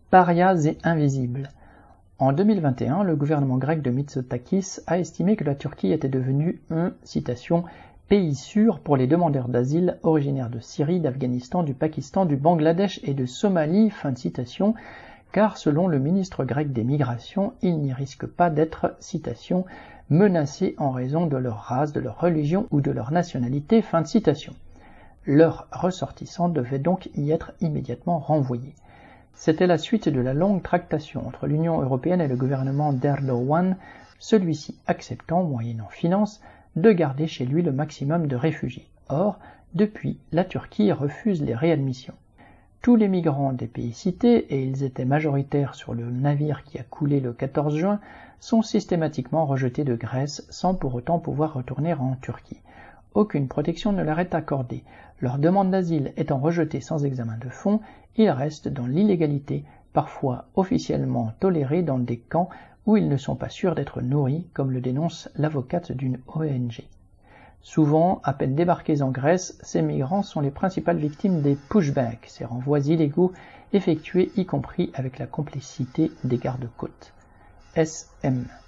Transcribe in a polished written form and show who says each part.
Speaker 1: Parias et invisibles. En 2021, le gouvernement grec de Mitsotakis a estimé que la Turquie était devenue un, citation, pays sûr pour les demandeurs d'asile originaires de Syrie, d'Afghanistan, du Pakistan, du Bangladesh et de Somalie, fin de citation, car selon le ministre grec des Migrations, ils n'y risquent pas d'être, citation, menacés en raison de leur race, de leur religion ou de leur nationalité, fin de citation. Leurs ressortissants devaient donc y être immédiatement renvoyés. C'était la suite de la longue tractation entre l'Union européenne et le gouvernement d'Erdogan, celui-ci acceptant, moyennant finances, de garder chez lui le maximum de réfugiés. Or, depuis, la Turquie refuse les réadmissions. Tous les migrants des pays cités, et ils étaient majoritaires sur le navire qui a coulé le 14 juin, sont systématiquement rejetés de Grèce sans pour autant pouvoir retourner en Turquie. Aucune protection ne leur est accordée. Leur demande d'asile étant rejetée sans examen de fond, ils restent dans l'illégalité, parfois officiellement tolérés dans des camps où ils ne sont pas sûrs d'être nourris, comme le dénonce l'avocate d'une ONG. Souvent, à peine débarqués en Grèce, ces migrants sont les principales victimes des pushbacks, ces renvois illégaux effectués y compris avec la complicité des gardes-côtes. SM